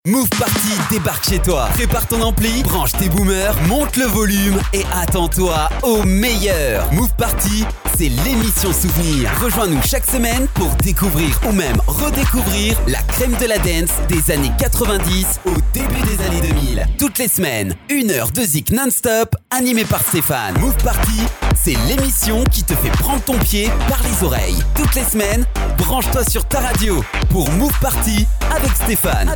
Move Party débarque chez toi. Prépare ton ampli, branche tes boomers, monte le volume et attends-toi au meilleur. Move Party, c'est l'émission souvenir. Rejoins-nous chaque semaine pour découvrir ou même redécouvrir la crème de la dance des années 90 au début des années 2000. Toutes les semaines, 1 heure de zik non-stop animée par Stéphane. Move Party, c'est l'émission qui te fait prendre ton pied par les oreilles. Toutes les semaines, branche-toi sur ta radio pour Move Party avec Stéphane.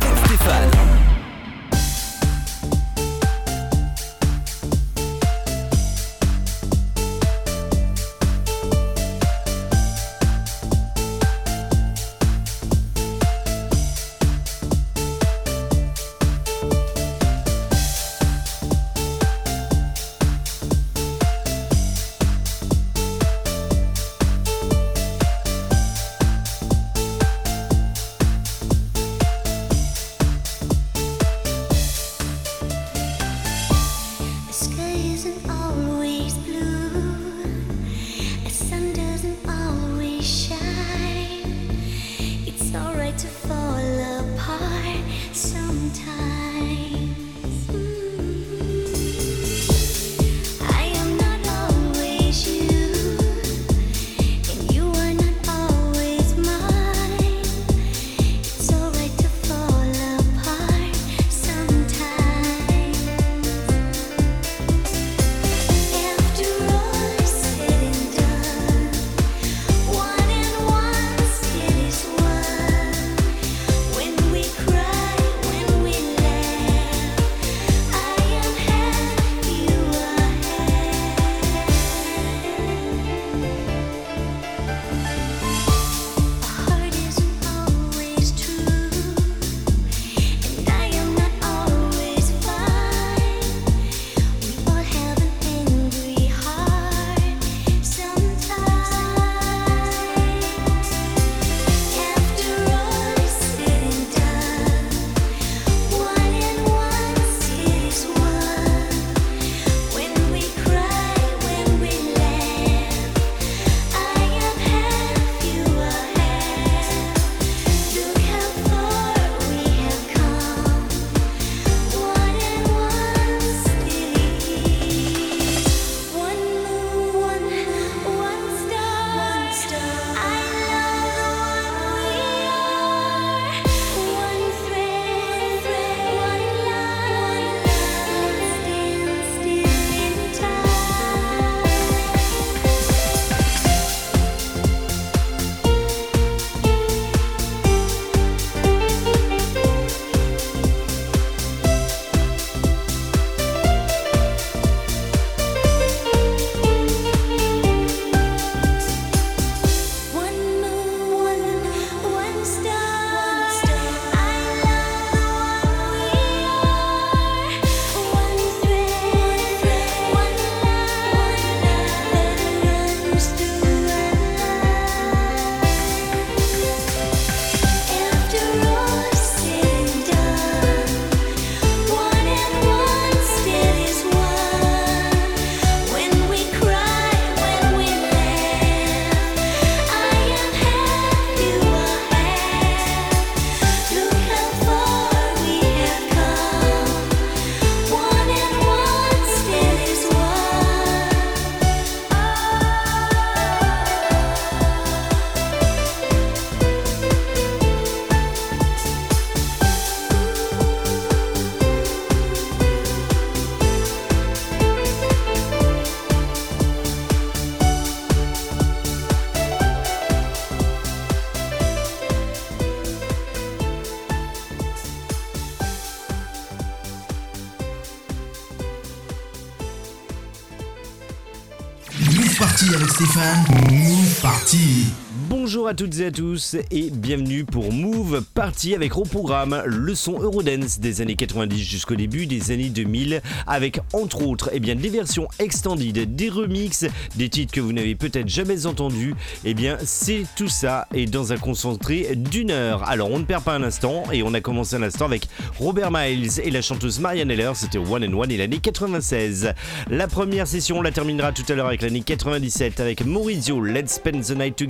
Avec Stéphane, Move Party. Bonjour à toutes et à tous et bienvenue pour Move Party avec au programme le son Eurodance des années 90 jusqu'au début des années 2000 avec entre autres des versions extendides, des remixes, des titres que vous n'avez peut-être jamais entendus. C'est tout ça et dans un concentré d'1 heure. Alors on ne perd pas un instant et on a commencé un instant avec Robert Miles et la chanteuse Marianne Heller, c'était One and One et l'année 96. La première session on la terminera tout à l'heure avec l'année 97 avec Maurizio, Let's Spend the Night Together.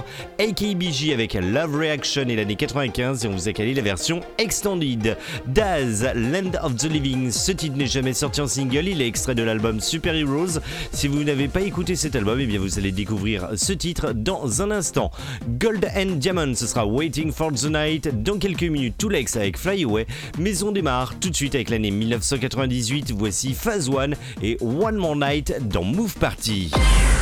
AKBG avec Love Reaction et l'année 95 et on vous a calé la version extended. Daz, Land of the Living, ce titre n'est jamais sorti en single, il est extrait de l'album Super Heroes. Si vous n'avez pas écouté cet album, eh bien vous allez découvrir ce titre dans un instant. Gold and Diamond, ce sera Waiting for the Night. Dans quelques minutes, Toulex avec Fly Away. Mais on démarre tout de suite avec l'année 1998. Voici Phase One et One More Night dans Move Party.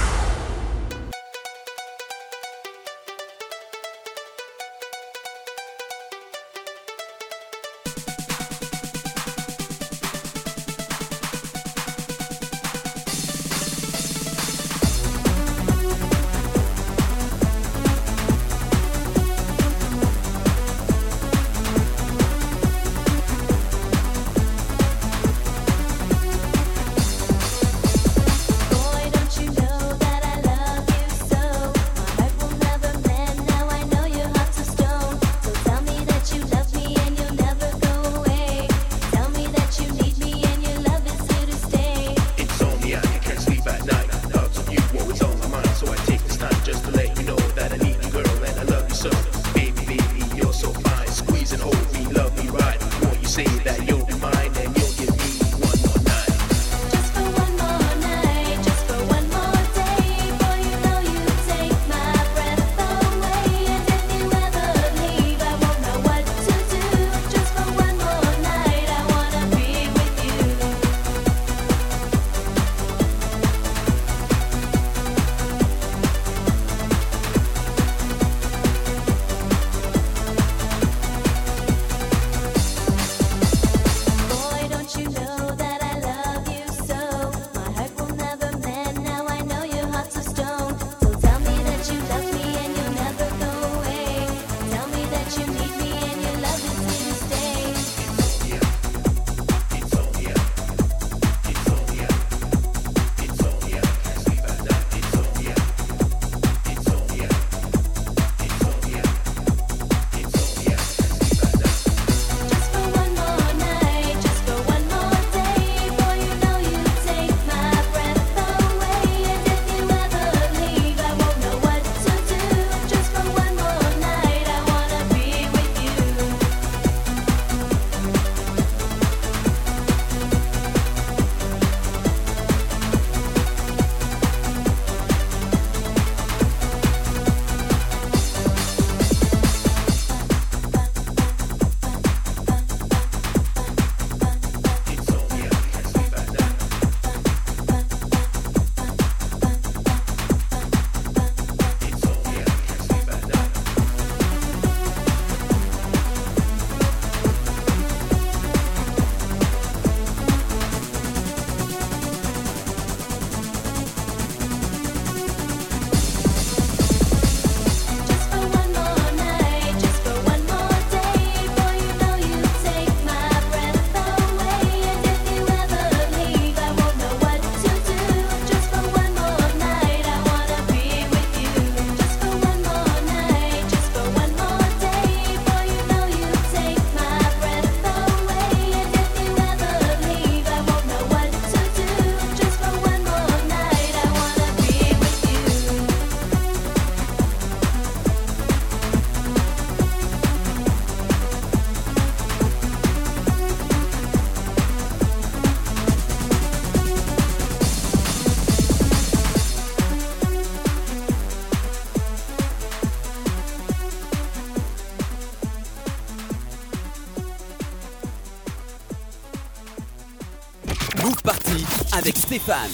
Move Party avec Stéphane.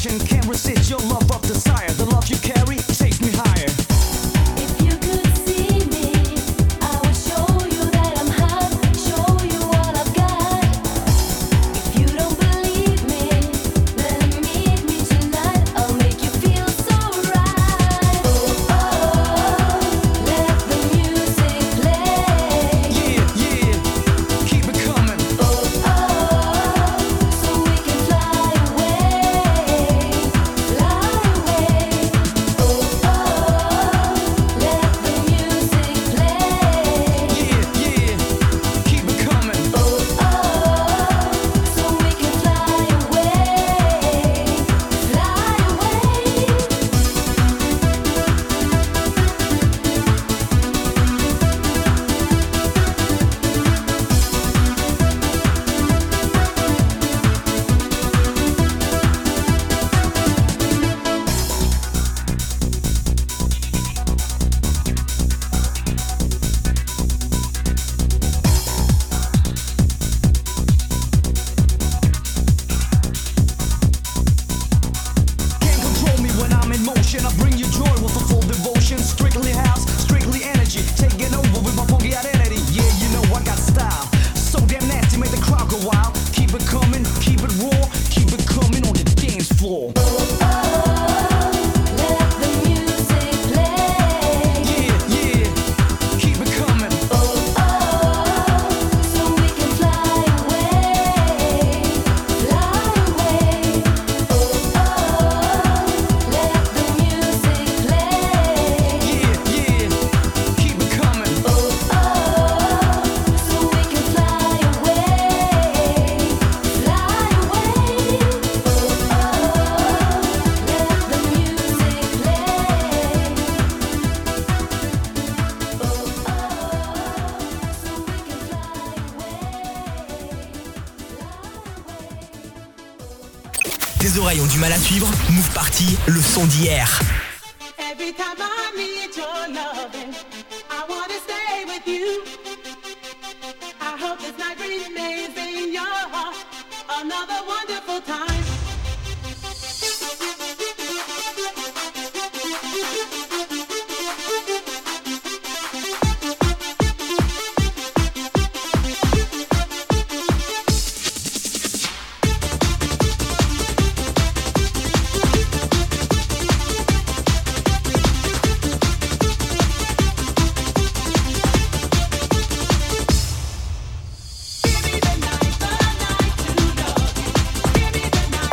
passion, can't resist your love of desire. The love you carry takes me higher. If you could see me, I would show you that I'm hot, show you what I've got. If you don't believe me, then meet me tonight. I'll make you feel so right. Oh, oh, let the music play. Yeah, yeah, keep it coming. Oh, oh, so we can fly away, fly away. Oh, oh, let the music play. Yeah, yeah, keep it coming. Oh, oh, so we can fly away, fly away. Can't control me when I'm in motion. I bring you joy with a full devotion. Strictly house, strictly energy. Taking over with my funky identity. Yeah, you know I got style. So damn nasty, make the crowd go wild. Keep it coming, keep it raw. Keep it coming on the dance floor. Oh, oh, let the music play. Yeah, yeah, keep it coming. Oh, oh, so we can fly away, fly away. Oh, oh, let the music play. Yeah, yeah, keep it coming. Oh, oh, so we can fly away, fly away. Oh, oh, let the music play. Oh, oh, so we can fly away. Tes oreilles ont du mal à suivre. Move Party, le son d'hier. Every time I need your loving, I wanna stay with you. I hope this night remains in your heart. Another wonderful time. Give me the night to love. Give me the night.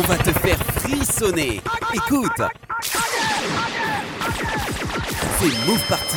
On va te faire frissonner. Écoute. C'est Move Party.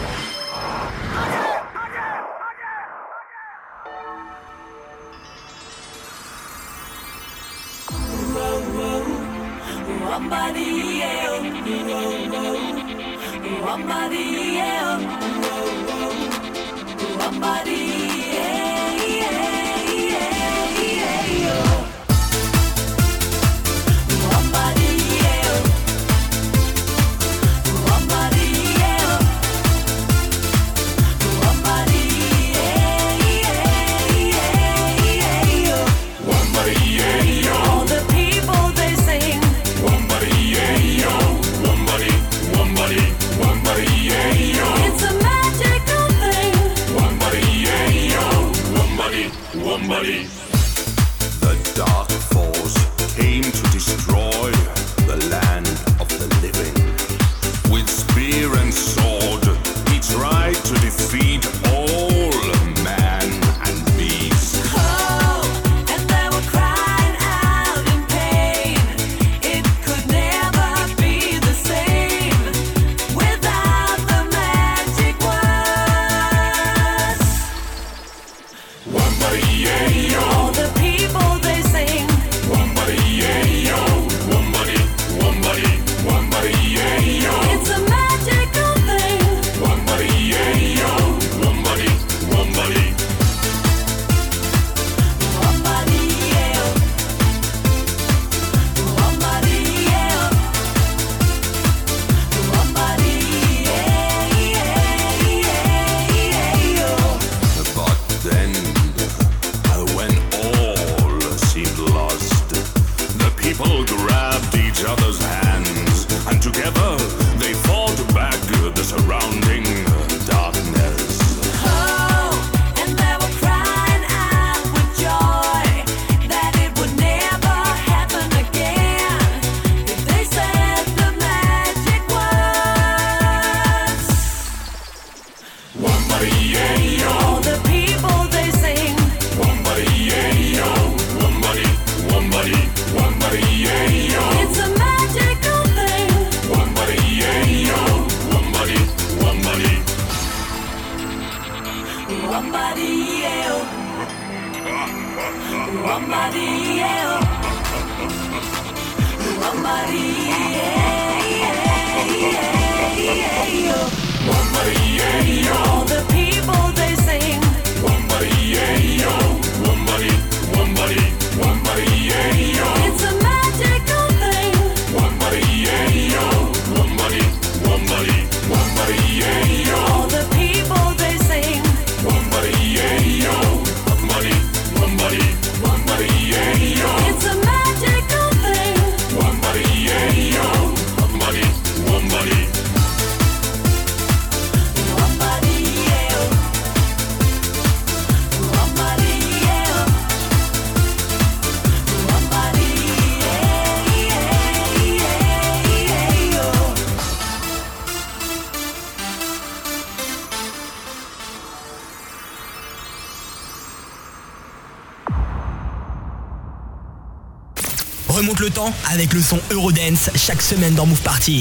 All the people they sing. It's a magical thing. The dark force came to destroy the land of the living. With spear and sword, he tried to defeat all man and beast. Oh, and they were crying out in pain. It could never be the same without the magic words. All the people they sing. It's a magical thing. But then, when all seemed lost, the people grabbed each other's hands, and together they fought back the surrounding darkness. Oh, and they were crying out with joy that it would never happen again if they said the magic words. All the people they sing. It's a magical thing. All the people they sing. It's a magical thing. All the people they sing. It's a magical thing. Remonte le temps avec le son Eurodance chaque semaine dans Move Party.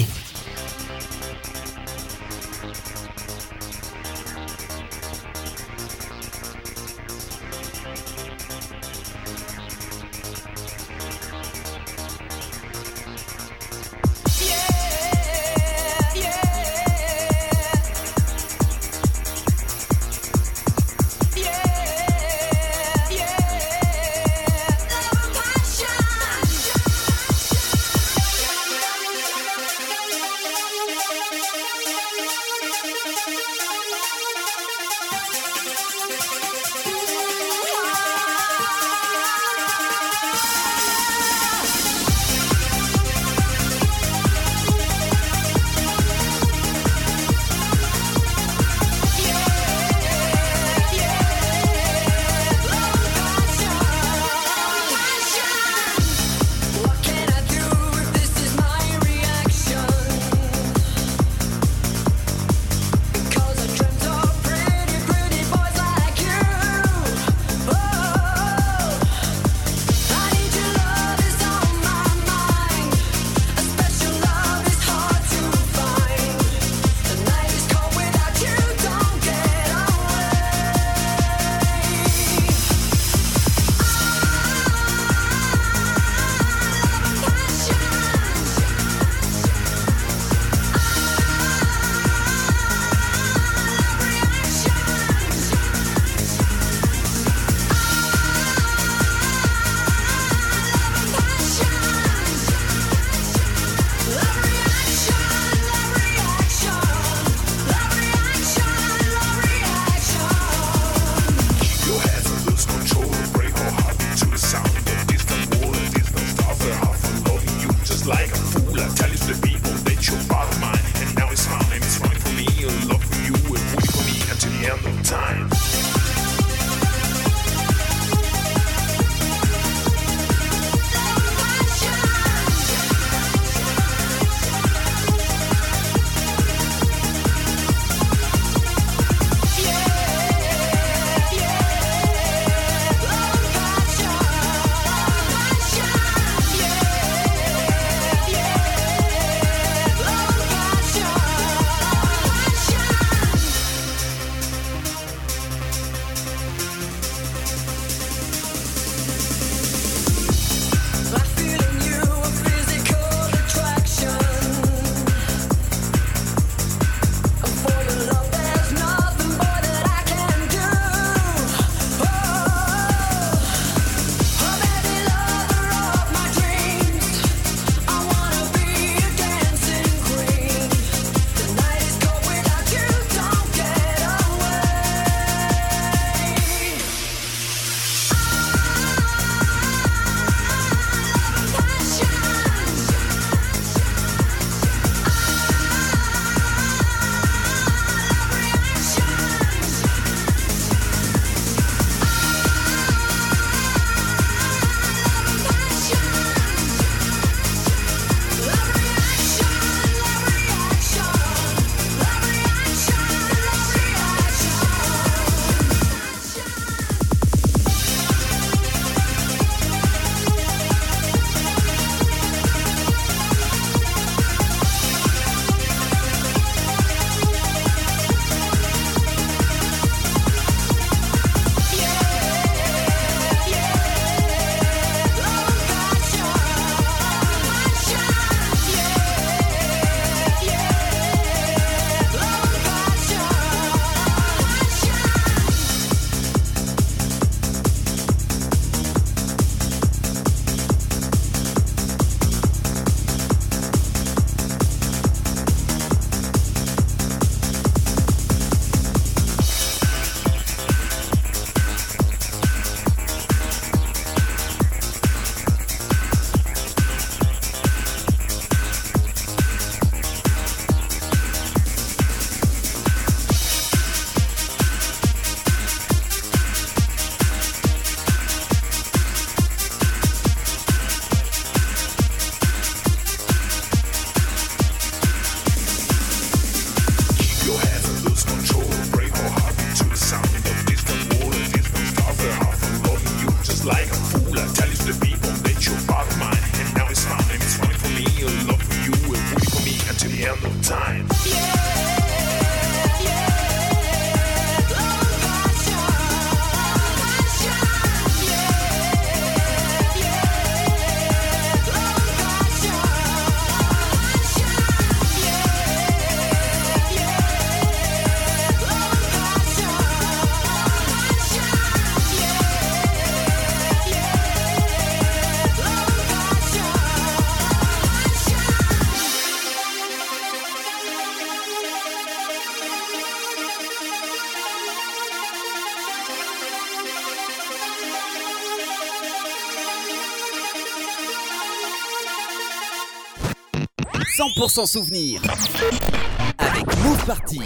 « 100% souvenir » avec Move Party.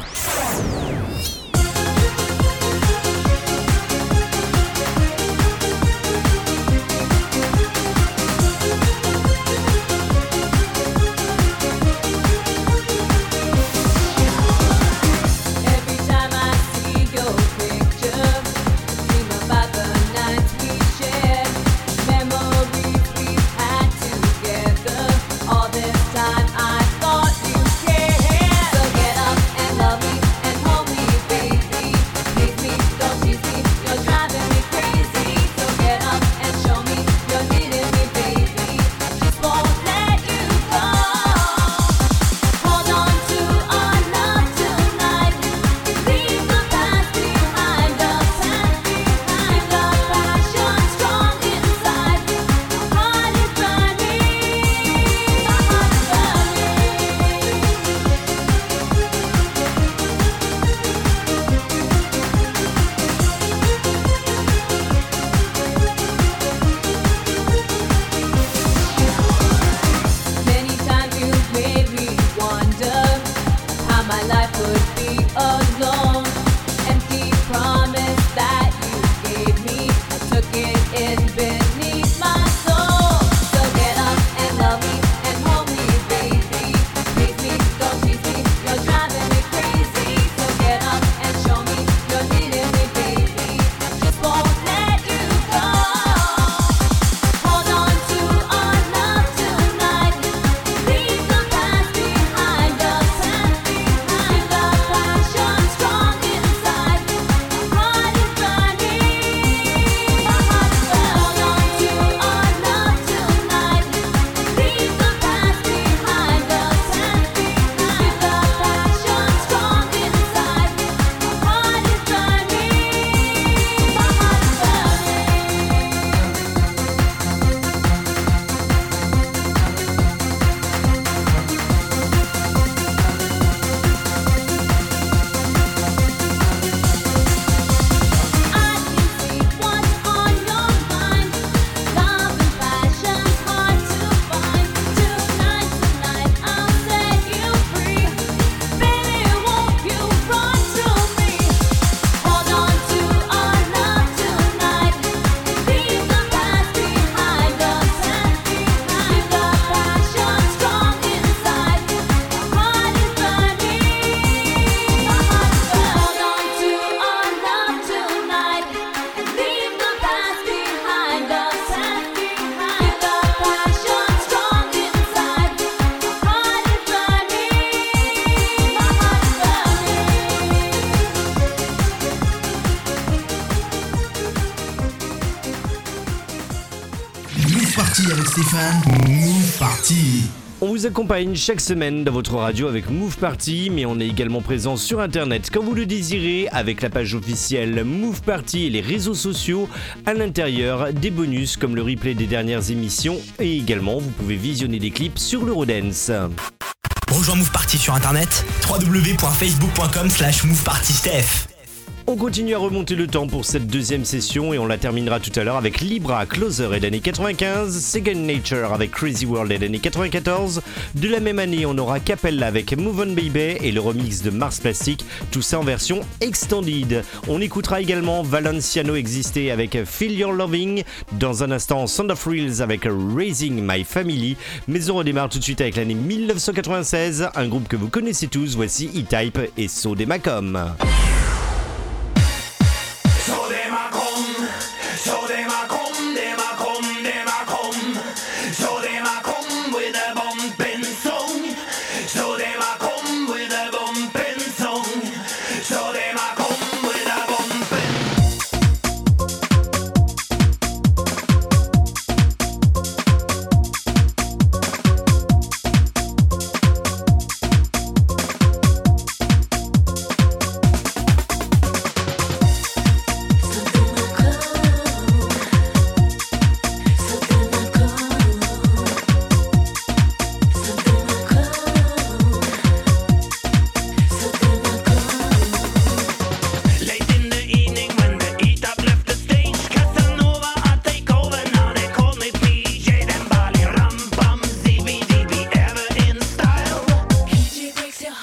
Every time I see your picture, dream about the nights we shared, memories we've had together. All this time I thought you cared. So get up and love me and hold me, baby. Please me, don't tease me, you're driving me crazy. So get up and show me you're needing me, baby. Just won't let you go. Hold on to our love tonight. Leave the past behind us and behind the passion strong inside. My heart is burning. My heart is burning. Many times you've made me wonder how my life would be alone. Empty promise that you gave me, I took it in beneath my soul. So get up and love me and hold me, baby. Please me, don't tease me, you're driving me crazy. So get up and show me you're needing me, baby. Just won't let you go. Hold on to our love tonight. Leave the past behind us and behind the passion strong inside. My heart is burning. My heart is burning. Hold on to our love tonight. Leave the past behind us and behind the passion strong inside. My heart is burning. My heart is burning. I can see what's on your mind. Love and passion's hard to find. Tonight, I'll set you free. Baby, won't you run to me? Hold on to our love tonight. Leave the past behind us and behind the passion strong inside. My heart is burning. My heart is burning. Hold on to our love tonight. Leave the past behind us and behind the passion strong inside. My heart is burning. My heart is burning. Move Party avec Stéphane. Move Party. On vous accompagne chaque semaine dans votre radio avec Move Party, mais on est également présent sur internet quand vous le désirez avec la page officielle Move Party et les réseaux sociaux. À l'intérieur, des bonus comme le replay des dernières émissions et également vous pouvez visionner des clips sur l'Eurodance. Rejoins Move Party sur internet www.facebook.com/movepartysteph. On continue à remonter le temps pour cette deuxième session et on la terminera tout à l'heure avec Libra, Closer et l'année 95, Second Nature avec Crazy World et l'année 94. De la même année, on aura Capella avec Move On Baby et le remix de Mars Plastic, tout ça en version extended. On écoutera également Valenciano Exister avec Feel Your Loving, dans un instant Sound of Reels avec Raising My Family, mais on redémarre tout de suite avec l'année 1996, un groupe que vous connaissez tous, voici E-Type et So Dem Macom. With a bumping song, so them a come with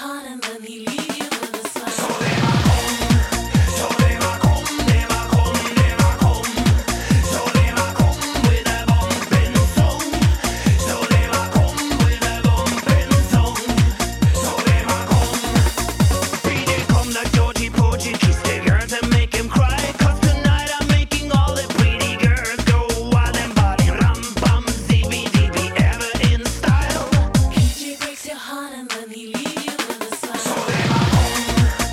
heart and let me leave you with a smile. PJ breaks your heart and let me leave you with a smile.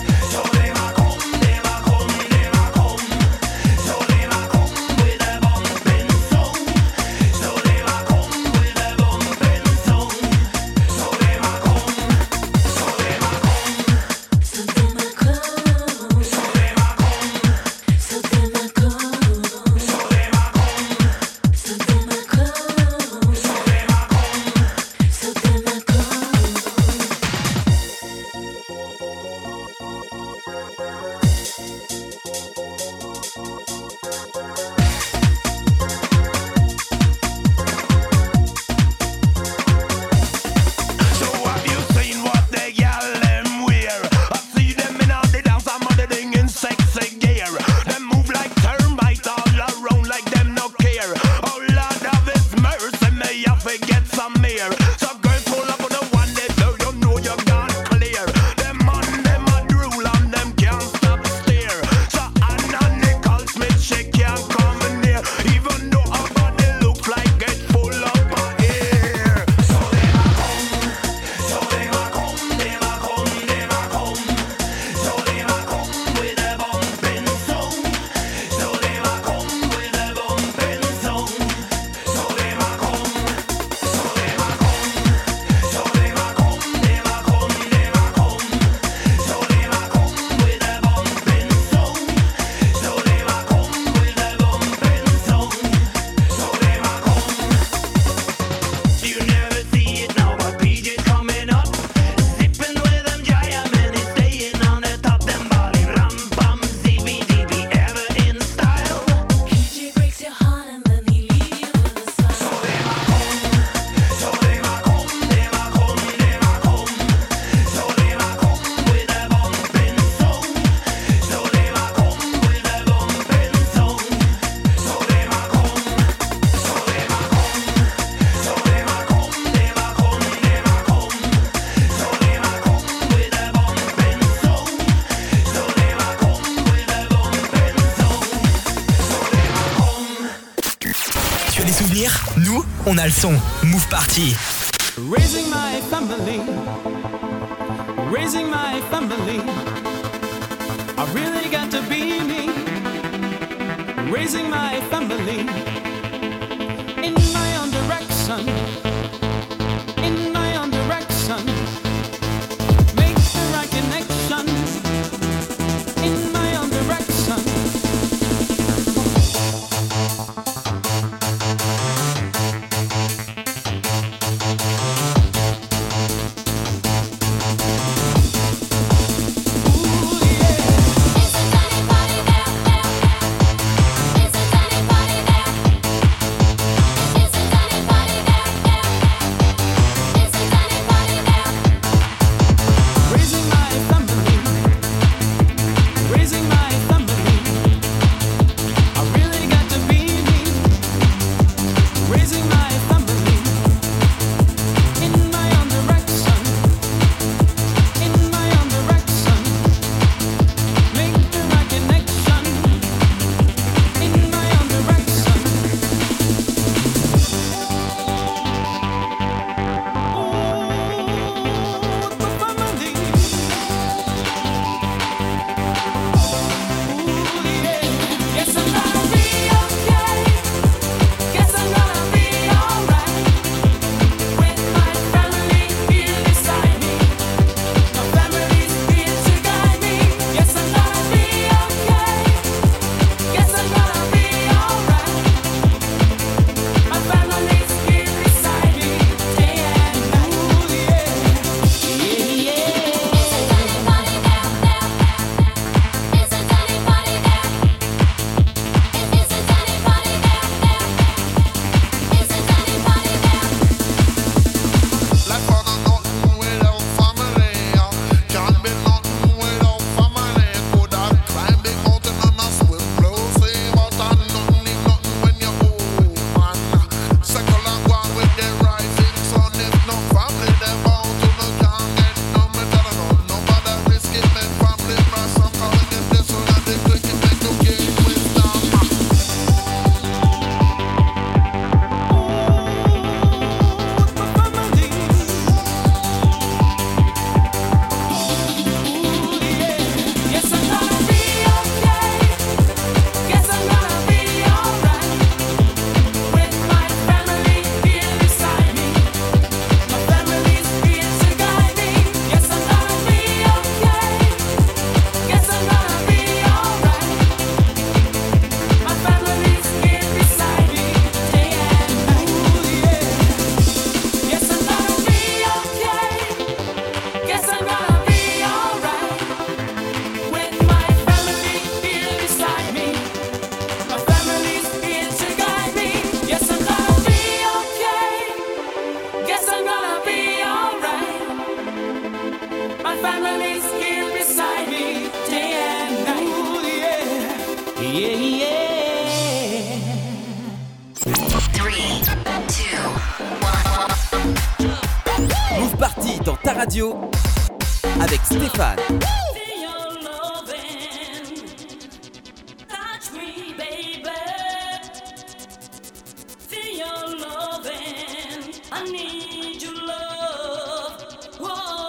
Nous, on a le son. Move Party. Raising my family, raising my family. I really got to be me. Raising my family in my own direction, in my own direction. Make the right connection in my own direction. It's a Danny party there. sun is here beside me day and night. Ooh, yeah, yeah. 3, 2, 1. Move Party dans ta radio avec Stéphane. Feel your loving, touch me, baby. Feel your loving, I need your love. Whoa.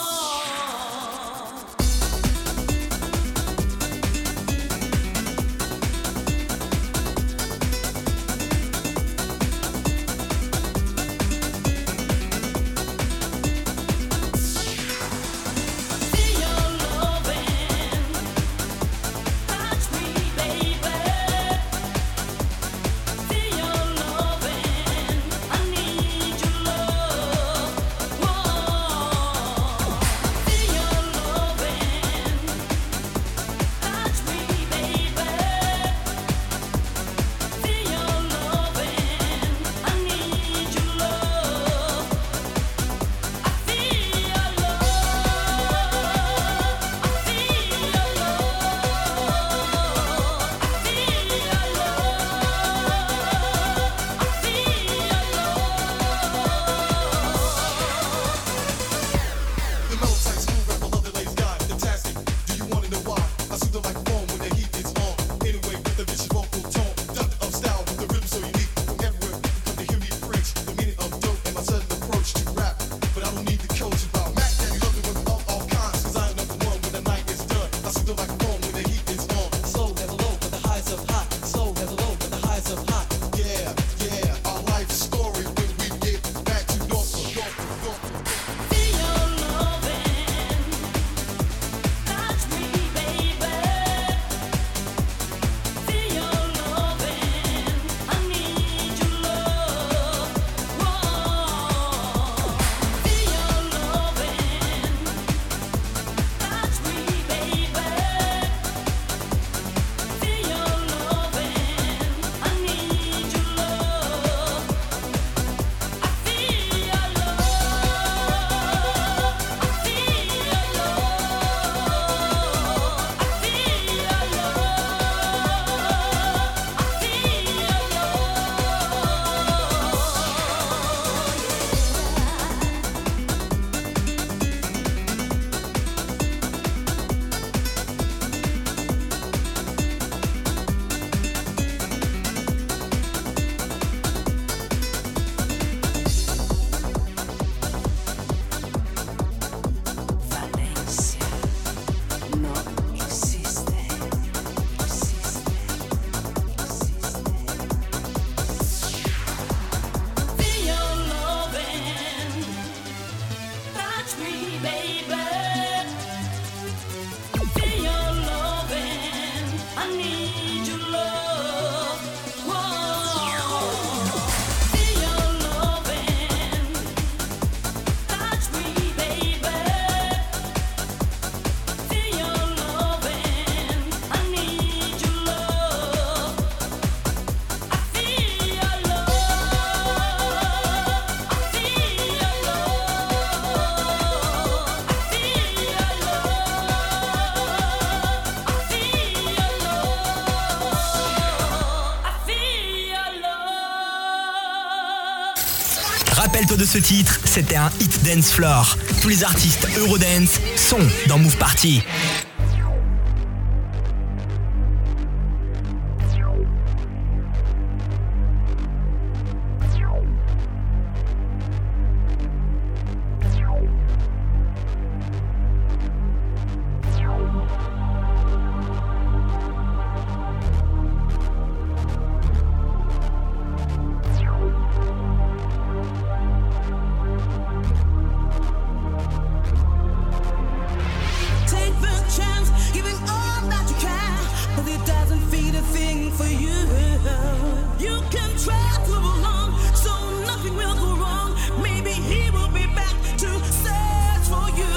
Feel your loving, touch me, baby. Feel your loving, I need your love. Whoa. Feel your loving, touch me, baby. Feel your loving, I need your love. I feel your The melotype smooth rapper, love the ladies got fantastic. Do you wanna know why? I soothe her like a phone when the heat is on. Anyway, with the vicious vocal tone, doctor of style with the rhythm so unique. From everywhere, come to hear me preach the meaning of dope and my sudden approach to rap. But I don't need the coach about Mac Daddy, love the women of all kinds. 'Cause I am number one when the night is done. I soothe her like a phone when the heat is on. Slow, never low, but the highs of hot. Slow, never low, but the highs of hot. Yeah, yeah, our life story when we get back to Norfolk. Feel your loving, touch me, baby. Feel your loving, I need your love. Whoa. Feel your loving, touch me, baby. Feel your loving, I need your love. I feel your love. Valencia no existe. Feel your loving, touch me, baby. Feel your loving, I need your love. Whoa. Feel your loving, touch me, baby. Feel your loving, I need your love. I feel your love. I feel your love. I feel your love. I feel your love. I feel your love. Rappelle-toi de ce titre, c'était un hit dance floor. Tous les artistes Eurodance sont dans Move Party. Take the chance, giving all that you can, but it doesn't feed a thing for you. You can try to move along, so nothing will go wrong. Maybe he will be back to search for you.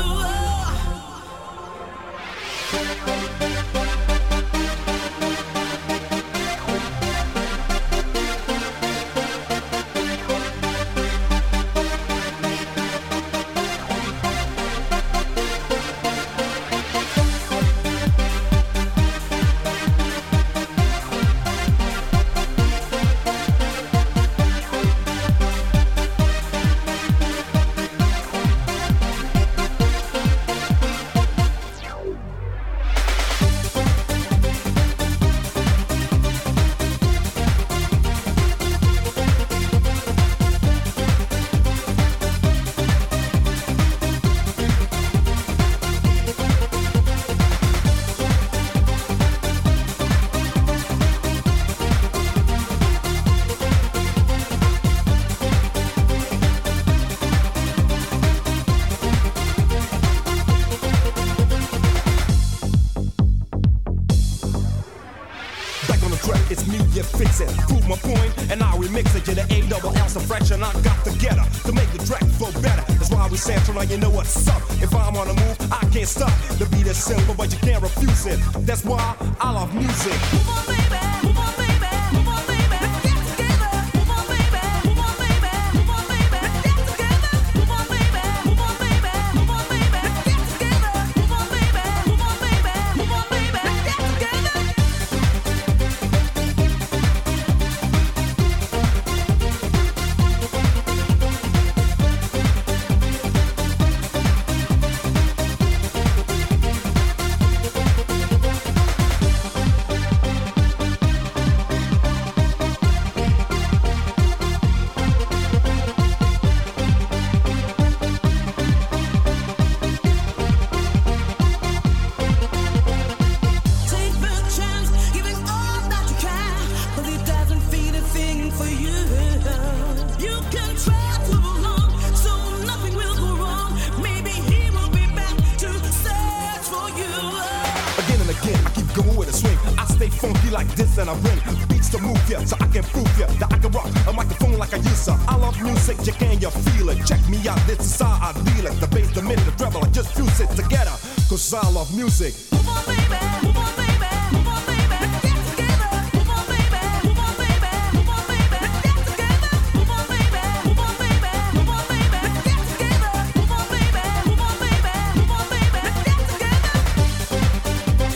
you fix it. Prove my point, and I'll remix it. You're the A double L fraction. I got together to make the track flow better. That's why we sample now, you know what's up. If I'm on the move, I can't stop. The beat is simple, but you can't refuse it. That's why I love music. Move on, baby. Move on, baby. Move on, baby. Let's get together. Move on, baby. Move on, baby. Move on, baby. Let's get together. Move on, baby. Move on, baby. Move on, baby. Let's get together. Move on, baby. Move on, baby. Move on, baby. Let's get together. Take the chance, giving all that you can, but it doesn't feel a thing for you. You can try to belong, so nothing will go wrong. Maybe he will be back to search for you. Again and again, I keep going with a swing. I stay funky like this and I bring beats to move ya, so I can prove ya that I can rock a microphone like I used to. I love music, you can you feel it? Check me out, this is how I deal it. The bass, the mid, the treble, I just fuse it together, cause I love music. Move on, baby. Move on, baby. Move on, baby. Let's get together. Move on, baby. Move on, baby. Move on, baby. Let's get together. Move on, baby. Move on, baby. Move on, baby. Let's get together. Move on, baby. Move on, baby. Move on, baby. Let's get together.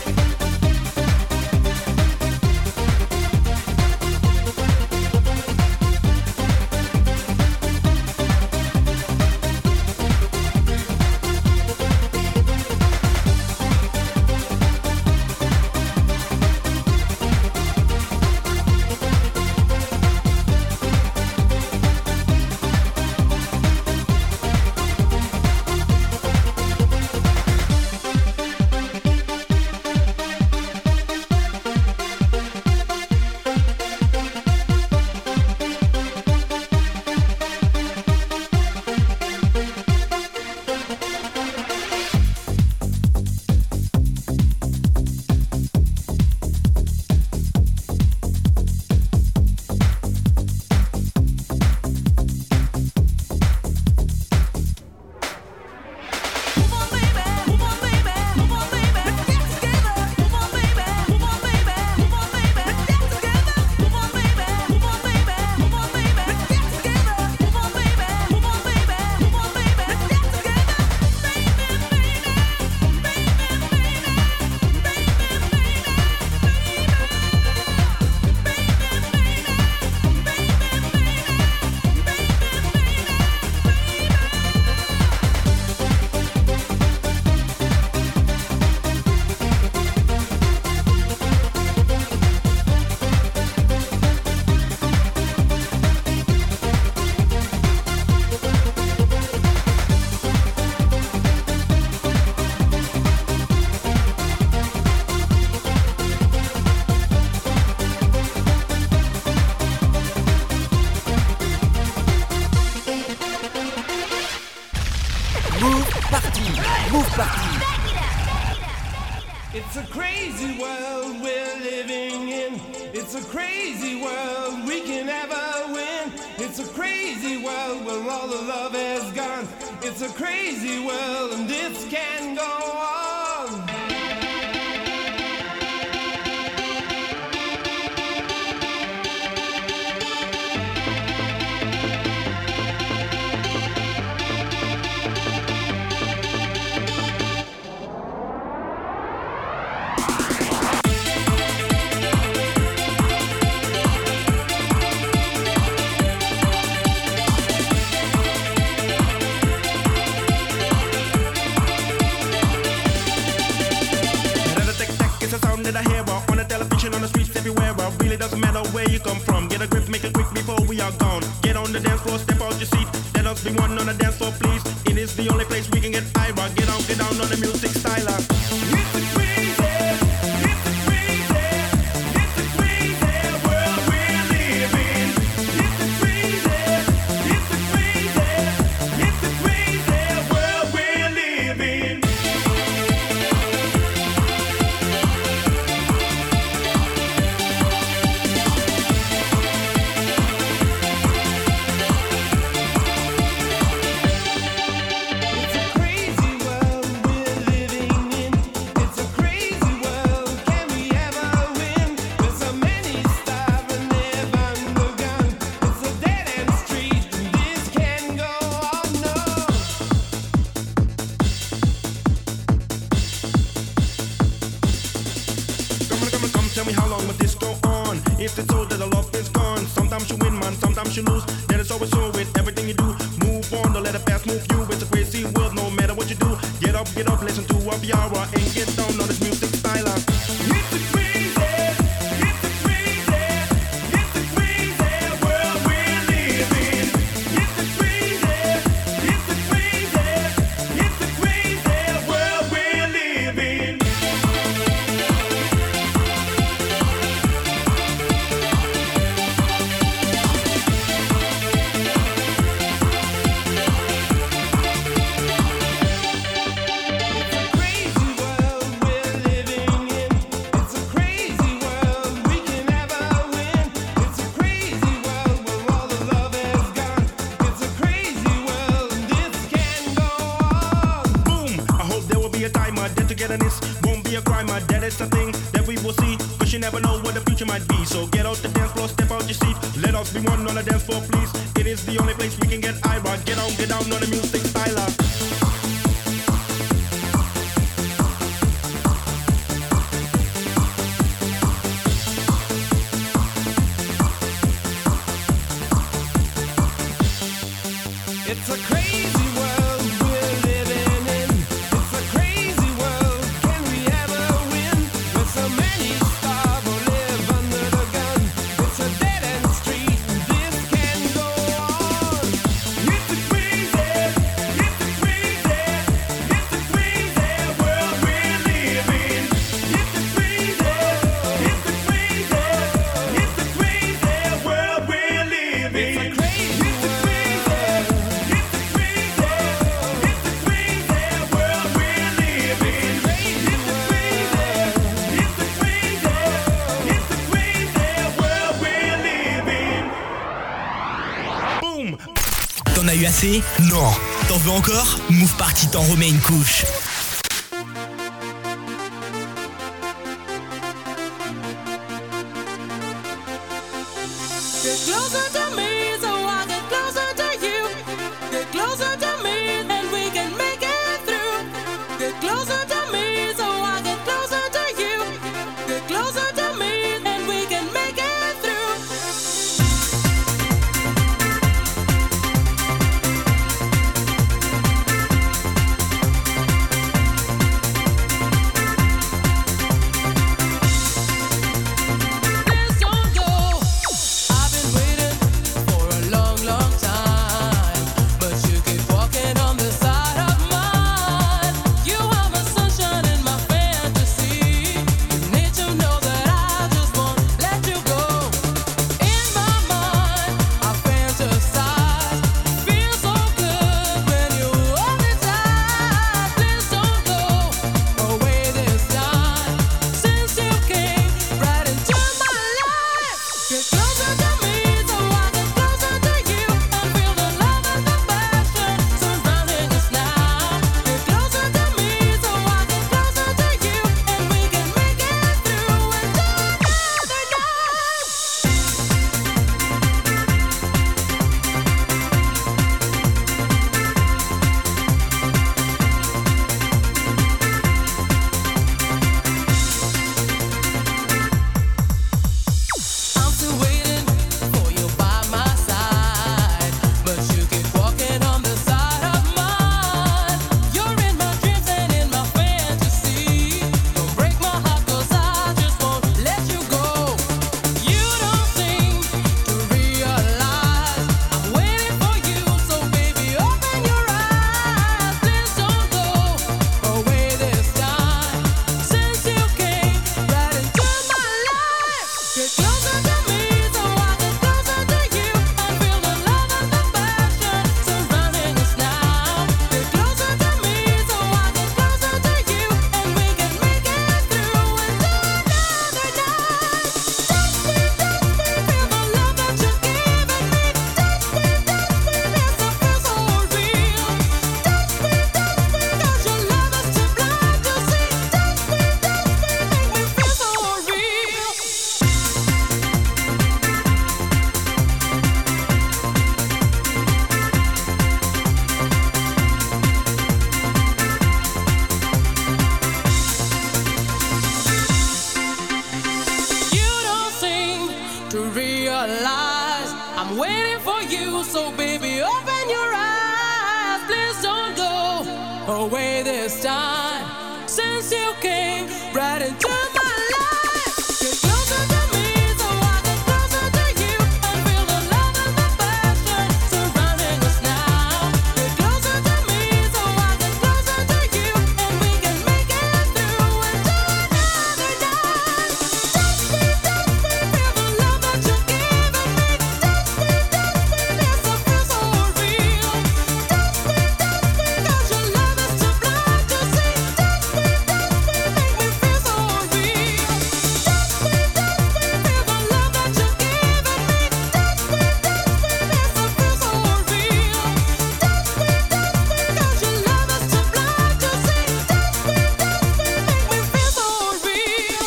Move on, baby. Move on, baby. Move on, baby. Let's get together. Move on, baby. Move on, baby. Move on, baby. Let's get together. Move on, baby. Move on, baby. Move on, baby. Let's get together. Move on, baby. Move on, baby. Move on, baby. Let's get together. Move Party. Move Party. It's a crazy world we're living in. It's a crazy world we can never win. It's a crazy world where all the love is gone. It's a crazy world and this can go on. That I hear on the television, on the streets everywhere. Really doesn't matter where you come from. Get a grip, make it quick before we are gone. Get on the dance floor, step out your seat. Let us be one on the dance floor, please. It is the only place we can get ira. Get down on the music style. It's a crazy, it's a crazy, it's a crazy world we're living. It's a crazy, it's a crazy, it's a crazy world we're living. from a disco on. If it's so that the love is gone, sometimes you win, man, sometimes you lose. That is always so with everything you do. Move on, don't let the past move you. It's a crazy world, no matter what you do. Get up, listen to a Piara and get down on this music style. It's a crazy, it's a crazy, it's a crazy world we're living. It's a crazy, it's a crazy, it's a crazy world we're living. Won't be a crime, that is a thing that we will see. Cause you never know what the future might be. So get out the dance floor, step out your seat. Let us be one on the dance floor, please. It is the only place we can get Ira. Get down on the music style. It's a crazy world we're living in. It's a crazy world. Can we ever win? With so many starve or live under the gun. It's a dead end street. This can go on. It's a crazy, it's a crazy, it's a crazy world we're living. It's a crazy, it's a crazy, it's a crazy world we're living. It's a crazy, it's a crazy. T'en as eu assez? Non. T'en veux encore? Move Party t'en remet une couche. Get closer to me so I get closer to you. Get closer to me and we can make it through. Get closer to me so I get closer to you. Get closer to me and we can make it through. This don't go. I've been waiting So baby, open your eyes, please don't go away this time. Since you came right into my life, get closer to me so I get closer to you and feel the love and the passion surrounding us now. Get closer to me so I get closer to you and we can make it through into another night. Touch me, feel the love that you're giving me. Touch me, yes, I feel so real. Touch me, 'cause your love is too blind to see. Touch me, make me feel so real. Touch me, feel the love that you're giving me. Touch me, yes, I feel so real. Touch me, 'cause your love is too blind to see. Touch me, make me feel so real.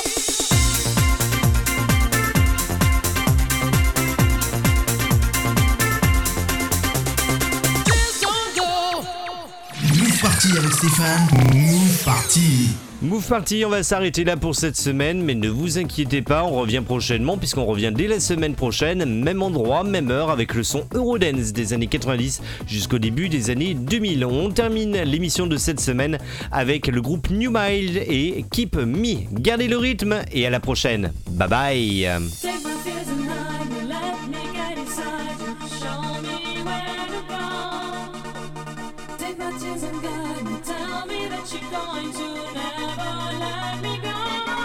Please don't go. Move Party avec Stéphane. Move Party. Move Party, on va s'arrêter là pour cette semaine, mais ne vous inquiétez pas, on revient prochainement puisqu'on revient dès la semaine prochaine, même endroit, même heure, avec le son Eurodance des années 90 jusqu'au début des années 2000. On termine l'émission de cette semaine avec le groupe New Mile et Keep Me. Gardez le rythme et à la prochaine. Bye bye. Take my fears and hide me, let me get inside you. Show me where to go. Take my tears and guide me, tell me that you're going to never let me go.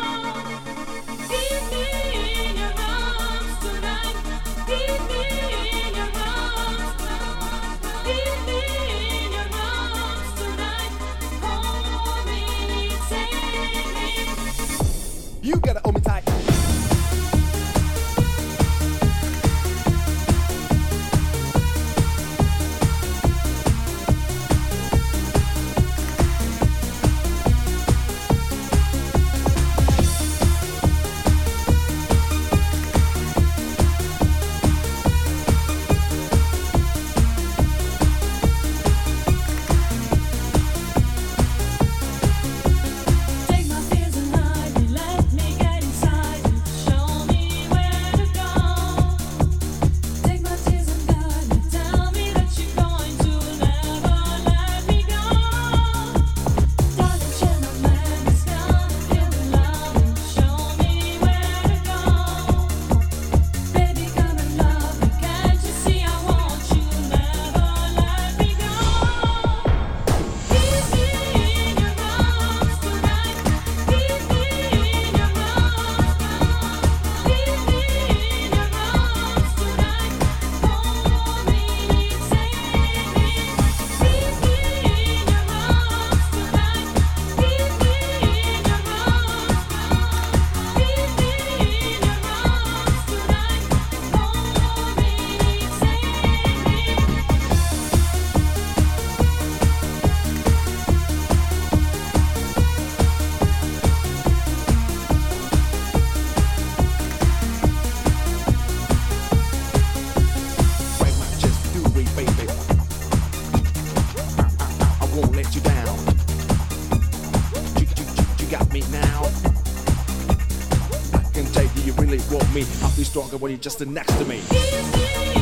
Keep me in your arms tonight. Keep me in your arms tonight. Keep me in your arms tonight. Hold me, save me. You gotta hold me tight. Take my fears and hide me, let me get inside you. Show me where to go. Take my tears and guide me, tell me that you're going to never let me go. Darling, gentleman, it's gonna feel the love and show me where to go. Baby, come and love me, can't you see I want you? Never let me go. Keep me in your arms tonight. Keep me in your arms tonight. Keep me in your arms tonight. Hold me, save me. Keep me in your arms tonight. Keep me in your arms tonight. Keep me in your arms tonight. Hold Break my chest, do it, baby. I won't let you down. You got me now. I can take you really want me. I'll be stronger when you're just next to me. Keep me